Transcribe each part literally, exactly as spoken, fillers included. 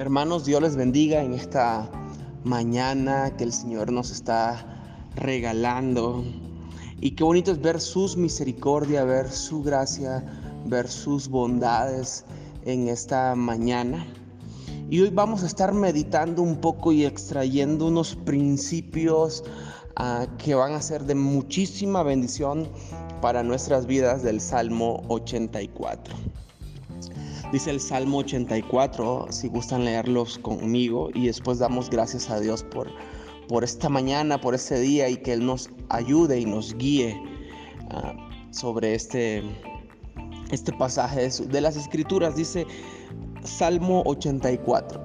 Hermanos, Dios les bendiga en esta mañana que el Señor nos está regalando. Y qué bonito es ver sus misericordias, ver su gracia, ver sus bondades en esta mañana. Y hoy vamos a estar meditando un poco y extrayendo unos principios uh, que van a ser de muchísima bendición para nuestras vidas del Salmo ochenta y cuatro. Dice el Salmo ochenta y cuatro, si gustan leerlos conmigo, y después damos gracias a Dios por, por esta mañana, por este día, y que Él nos ayude y nos guíe uh, sobre este, este pasaje de, de las Escrituras. Dice Salmo ochenta y cuatro.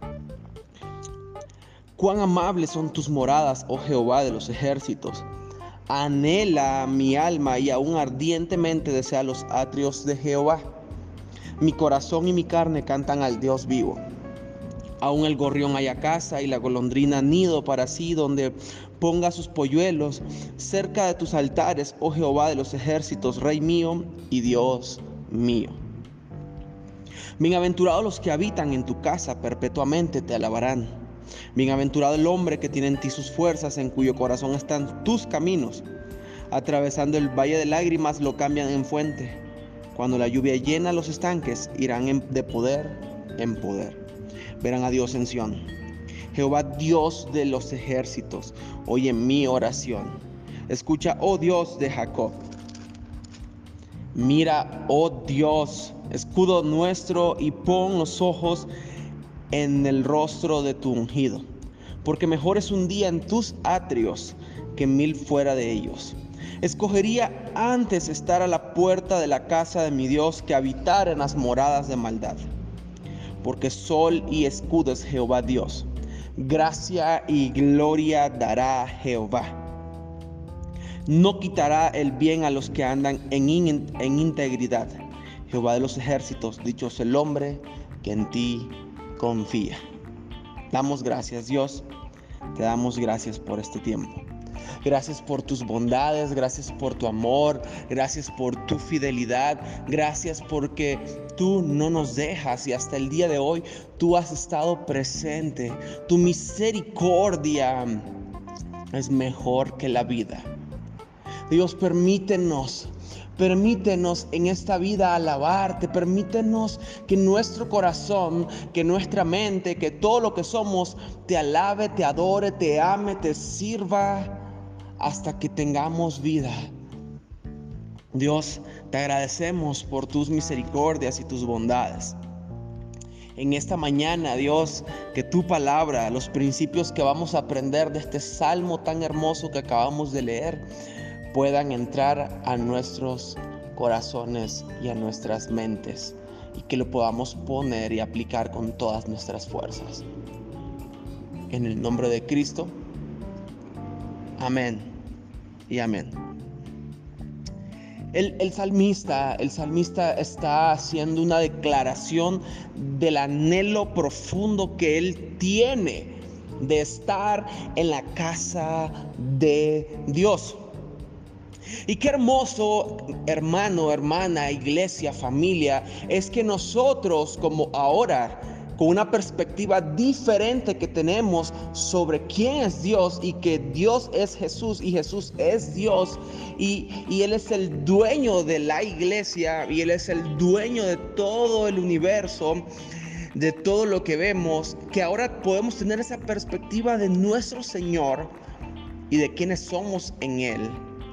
Cuán amables son tus moradas, oh Jehová de los ejércitos. Anhela mi alma y aún ardientemente desea los atrios de Jehová. Mi corazón y mi carne cantan al Dios vivo. Aún el gorrión halla casa y la golondrina nido para sí, donde ponga sus polluelos, cerca de tus altares, oh Jehová de los ejércitos, Rey mío y Dios mío. Bienaventurados los que habitan en tu casa, perpetuamente te alabarán. Bienaventurado el hombre que tiene en ti sus fuerzas, en cuyo corazón están tus caminos. Atravesando el valle de lágrimas lo cambian en fuente. Cuando la lluvia llena los estanques, irán en, de poder en poder. Verán a Dios en Sión. Jehová, Dios de los ejércitos, oye mi oración. Escucha, oh Dios de Jacob. Mira, oh Dios, escudo nuestro, y pon los ojos en el rostro de tu ungido. Porque mejor es un día en tus atrios que mil fuera de ellos. Escogería antes estar a la puerta de la casa de mi Dios que habitar en las moradas de maldad. Porque sol y escudo es Jehová Dios. Gracia y gloria dará Jehová. No quitará el bien a los que andan en, in, en integridad. Jehová de los ejércitos, dichoso el hombre que en ti confía. Damos gracias, Dios. Te damos gracias por este tiempo. Gracias por tus bondades, gracias por tu amor, gracias por tu fidelidad, gracias porque tú no nos dejas y hasta el día de hoy tú has estado presente. Tu misericordia es mejor que la vida. Dios, permítenos, permítenos en esta vida alabarte, permítenos que nuestro corazón, que nuestra mente, que todo lo que somos te alabe, te adore, te ame, te sirva hasta que tengamos vida. Dios, te agradecemos por tus misericordias y tus bondades. En esta mañana, Dios, que tu palabra, los principios que vamos a aprender de este salmo tan hermoso que acabamos de leer, puedan entrar a nuestros corazones y a nuestras mentes, y que lo podamos poner y aplicar con todas nuestras fuerzas. En el nombre de Cristo, amén y amén. El, el salmista, el salmista está haciendo una declaración del anhelo profundo que él tiene de estar en la casa de Dios. Y qué hermoso, hermano, hermana, iglesia, familia, es que nosotros como ahora, con una perspectiva diferente que tenemos sobre quién es Dios y que Dios es Jesús y Jesús es Dios y, y Él es el dueño de la iglesia y Él es el dueño de todo el universo, de todo lo que vemos, que ahora podemos tener esa perspectiva de nuestro Señor y de quiénes somos en Él.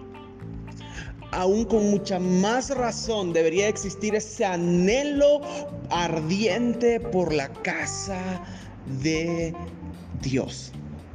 Aún con mucha más razón debería existir ese anhelo ardiente por la casa de Dios.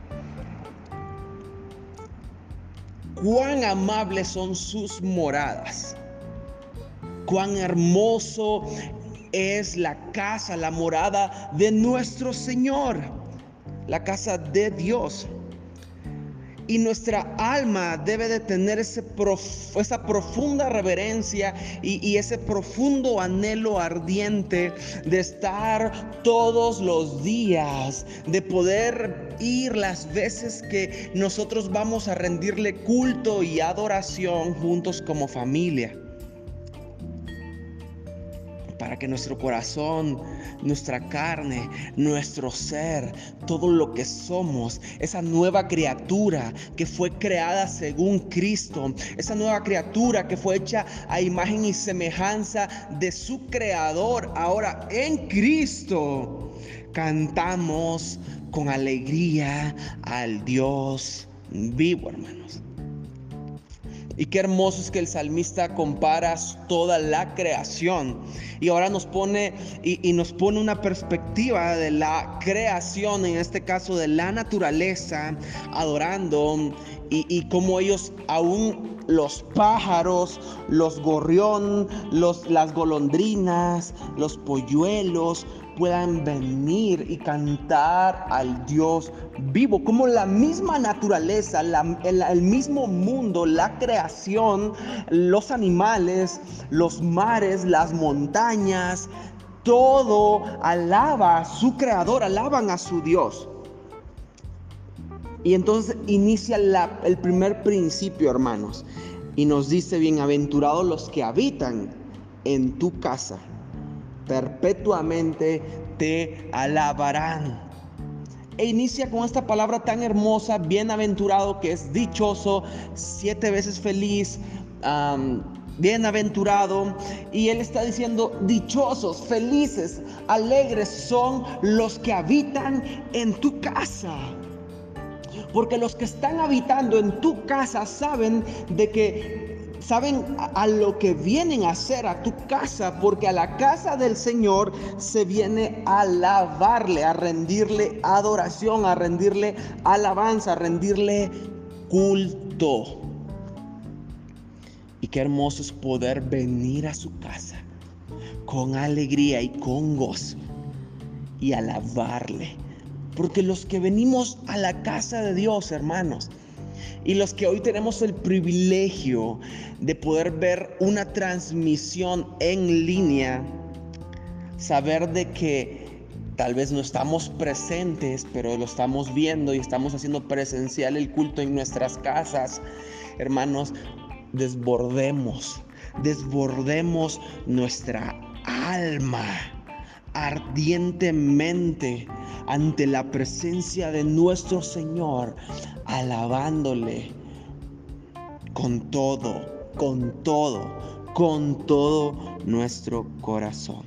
Cuán amables son sus moradas. Cuán hermoso es la casa, la morada de nuestro Señor, la casa de Dios. Y nuestra alma debe de tener ese prof, esa profunda reverencia y, y ese profundo anhelo ardiente de estar todos los días, de poder ir las veces que nosotros vamos a rendirle culto y adoración juntos como familia. para que nuestro corazón, nuestra carne, nuestro ser, todo lo que somos, esa nueva criatura que fue creada según Cristo, esa nueva criatura que fue hecha a imagen y semejanza de su Creador, ahora en Cristo, cantamos con alegría al Dios vivo, hermanos. Y qué hermoso es que el salmista compara toda la creación y ahora nos pone y, y nos pone una perspectiva de la creación, en este caso de la naturaleza, adorando y, y cómo ellos, aún los pájaros, los gorrión, los, las golondrinas, los polluelos, puedan venir y cantar al Dios vivo, como la misma naturaleza, la, el, el mismo mundo, la creación, los animales, los mares, las montañas, todo alaba a su Creador, alaban a su Dios. Y entonces inicia la, el primer principio, hermanos, y nos dice: bienaventurados los que habitan en tu casa, perpetuamente te alabarán. E inicia con esta palabra tan hermosa, bienaventurado, que es dichoso, siete veces feliz, um, bienaventurado. Y él está diciendo: dichosos, felices, alegres son los que habitan en tu casa. Porque los que están habitando en tu casa saben de que Saben a lo que vienen a hacer a tu casa, porque a la casa del Señor se viene a alabarle, a rendirle adoración, a rendirle alabanza, a rendirle culto. Y qué hermoso es poder venir a su casa con alegría y con gozo y alabarle. Porque los que venimos a la casa de Dios, hermanos, y los que hoy tenemos el privilegio de poder ver una transmisión en línea, saber de que tal vez no estamos presentes, pero lo estamos viendo y estamos haciendo presencial el culto en nuestras casas, hermanos, desbordemos, desbordemos nuestra alma ardientemente ante la presencia de nuestro Señor, alabándole con todo, con todo, con todo nuestro corazón.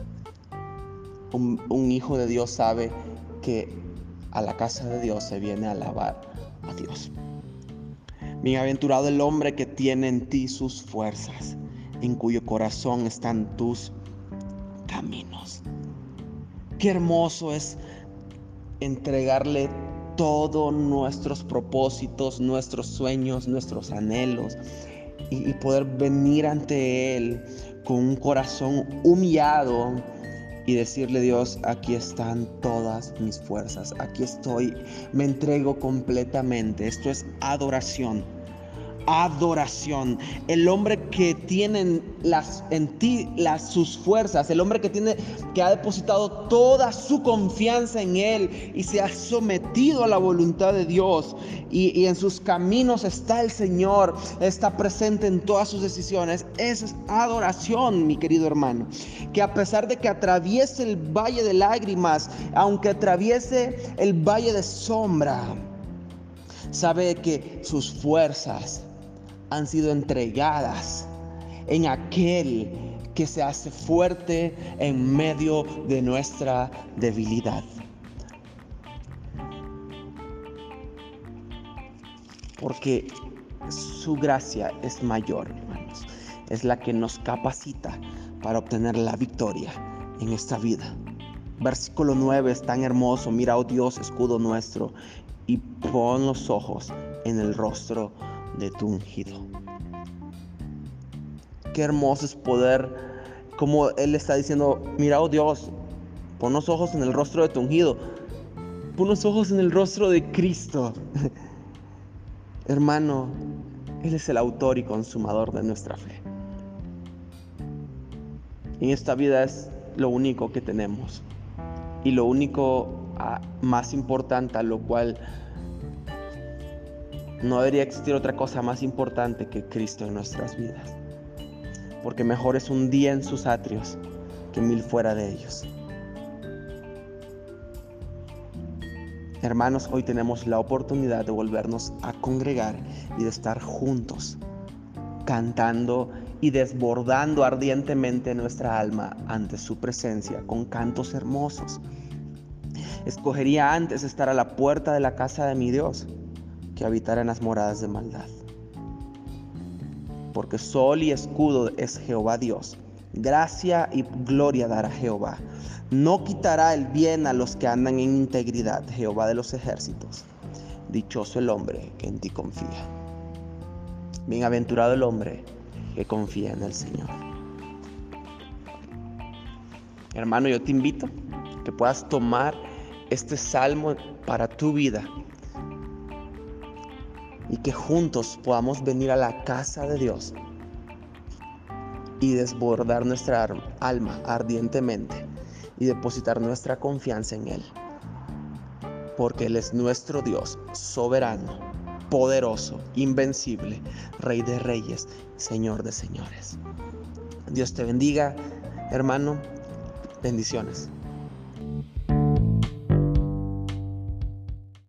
Un, un hijo de Dios sabe que a la casa de Dios se viene a alabar a Dios. Bienaventurado el hombre que tiene en ti sus fuerzas, en cuyo corazón están tus caminos. Qué hermoso es entregarle todos nuestros propósitos, nuestros sueños, nuestros anhelos y, y poder venir ante Él con un corazón humillado y decirle: Dios, aquí están todas mis fuerzas, aquí estoy, me entrego completamente. Esto es adoración. Adoración. El hombre que tiene en, las, en ti las, sus fuerzas, el hombre que tiene, que ha depositado toda su confianza en Él y se ha sometido a la voluntad de Dios, y, y en sus caminos está el Señor, está presente en todas sus decisiones. Esa es adoración, mi querido hermano. Que a pesar de que atraviese el valle de lágrimas, aunque atraviese el valle de sombra, sabe que sus fuerzas han sido entregadas en aquel que se hace fuerte en medio de nuestra debilidad. Porque su gracia es mayor, hermanos. Es la que nos capacita para obtener la victoria en esta vida. Versículo nueve es tan hermoso: mira, oh Dios, escudo nuestro, y pon los ojos en el rostro de tu ungido. Qué hermoso es poder, como Él está diciendo: mira, oh Dios, pon los ojos en el rostro de tu ungido, pon los ojos en el rostro de Cristo. Hermano, Él es el autor y consumador de nuestra fe. En esta vida es lo único que tenemos y lo único ah, más importante, a lo cual no debería existir otra cosa más importante que Cristo en nuestras vidas. Porque mejor es un día en sus atrios que mil fuera de ellos. Hermanos, hoy tenemos la oportunidad de volvernos a congregar y de estar juntos, cantando y desbordando ardientemente nuestra alma ante su presencia con cantos hermosos. Escogería antes estar a la puerta de la casa de mi Dios que habitar en las moradas de maldad. Porque sol y escudo es Jehová Dios. Gracia y gloria dará Jehová. No quitará el bien a los que andan en integridad, Jehová de los ejércitos. Dichoso el hombre que en ti confía. Bienaventurado el hombre que confía en el Señor. Hermano, yo te invito a que puedas tomar este salmo para tu vida y que juntos podamos venir a la casa de Dios y desbordar nuestra alma ardientemente y depositar nuestra confianza en Él, porque Él es nuestro Dios soberano, poderoso, invencible, Rey de reyes, Señor de señores. Dios te bendiga, hermano. Bendiciones.